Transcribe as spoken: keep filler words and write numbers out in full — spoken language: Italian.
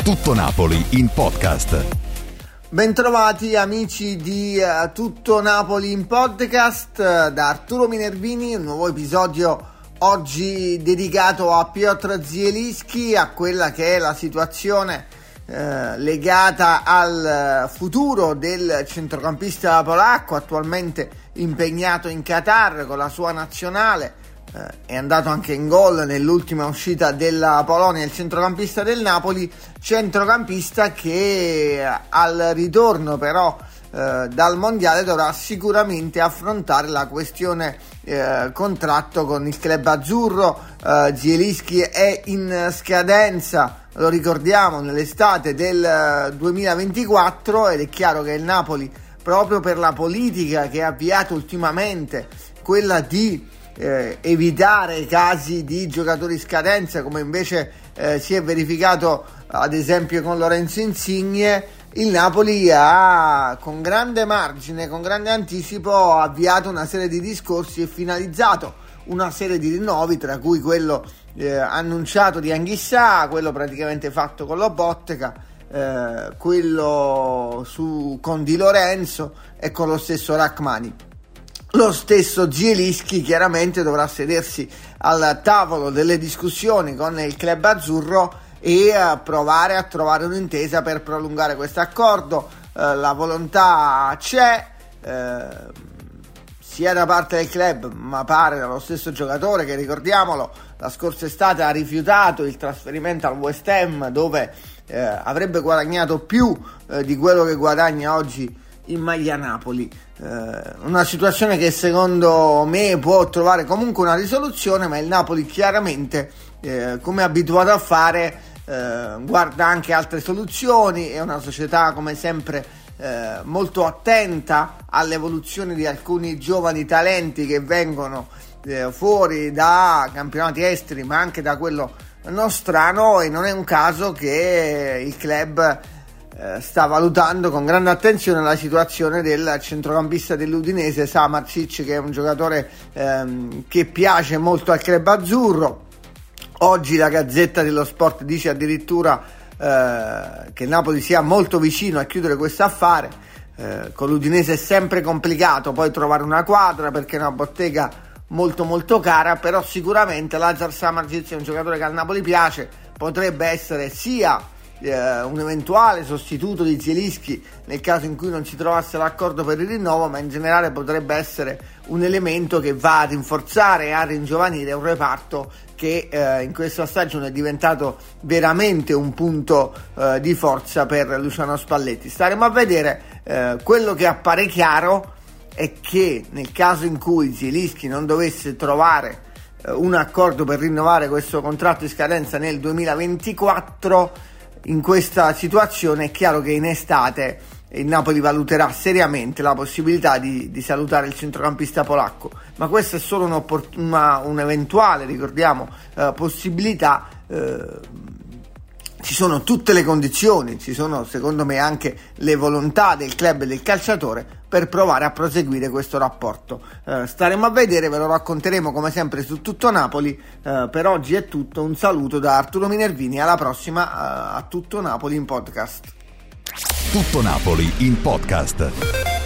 Tutto Napoli in podcast. Bentrovati amici di uh, Tutto Napoli in podcast uh, da Arturo Minervini, un nuovo episodio oggi dedicato a Piotr Zielinski, a quella che è la situazione uh, legata al futuro del centrocampista polacco, attualmente impegnato in Qatar con la sua nazionale. È andato anche in gol nell'ultima uscita della Polonia, il centrocampista del Napoli, centrocampista che al ritorno però eh, dal mondiale dovrà sicuramente affrontare la questione eh, contratto con il club azzurro. eh, Zielinski è in scadenza, lo ricordiamo, nell'estate del duemilaventiquattro, ed è chiaro che il Napoli, proprio per la politica che ha avviato ultimamente, quella di Eh, evitare casi di giocatori in scadenza, come invece eh, si è verificato ad esempio con Lorenzo Insigne, il Napoli ha con grande margine, con grande anticipo avviato una serie di discorsi e finalizzato una serie di rinnovi, tra cui quello eh, annunciato di Anghissà, quello praticamente fatto con Lobotka, eh, quello su, con Di Lorenzo e con lo stesso Rachmani. Lo stesso Zielinski chiaramente dovrà sedersi al tavolo delle discussioni con il club azzurro e provare a trovare un'intesa per prolungare questo accordo. Eh, la volontà c'è, eh, sia da parte del club, ma pare dallo stesso giocatore che, ricordiamolo, la scorsa estate ha rifiutato il trasferimento al West Ham, dove eh, avrebbe guadagnato più eh, di quello che guadagna oggi in maglia Napoli. Eh, una situazione che secondo me può trovare comunque una risoluzione, ma il Napoli chiaramente, eh, come è abituato a fare, eh, guarda anche altre soluzioni. È una società, come sempre, eh, molto attenta all'evoluzione di alcuni giovani talenti che vengono eh, fuori da campionati esteri, ma anche da quello nostrano, e non è un caso che il club sta valutando con grande attenzione la situazione del centrocampista dell'Udinese Samardzic, che è un giocatore ehm, che piace molto al club azzurro. Oggi la Gazzetta dello Sport dice addirittura eh, che Napoli sia molto vicino a chiudere questo affare. Eh, con l'Udinese è sempre complicato poi trovare una quadra, perché è una bottega molto molto cara, però sicuramente Lazar Samardzic è un giocatore che al Napoli piace, potrebbe essere sia Uh, un eventuale sostituto di Zielinski nel caso in cui non si trovasse l'accordo per il rinnovo, ma in generale potrebbe essere un elemento che va a rinforzare e a ringiovanire un reparto che uh, in questa stagione è diventato veramente un punto uh, di forza per Luciano Spalletti. Staremo a vedere. Uh, quello che appare chiaro è che nel caso in cui Zielinski non dovesse trovare uh, un accordo per rinnovare questo contratto in scadenza nel duemilaventiquattro, in questa situazione è chiaro che in estate il Napoli valuterà seriamente la possibilità di, di salutare il centrocampista polacco, ma questa è solo una, un'eventuale, ricordiamo, eh, possibilità. Eh, ci sono tutte le condizioni, ci sono secondo me anche le volontà del club e del calciatore per provare a proseguire questo rapporto. Eh, staremo a vedere, ve lo racconteremo come sempre su Tutto Napoli. Eh, per oggi è tutto, un saluto da Arturo Minervini, alla prossima eh, a Tutto Napoli in podcast. Tutto Napoli in podcast.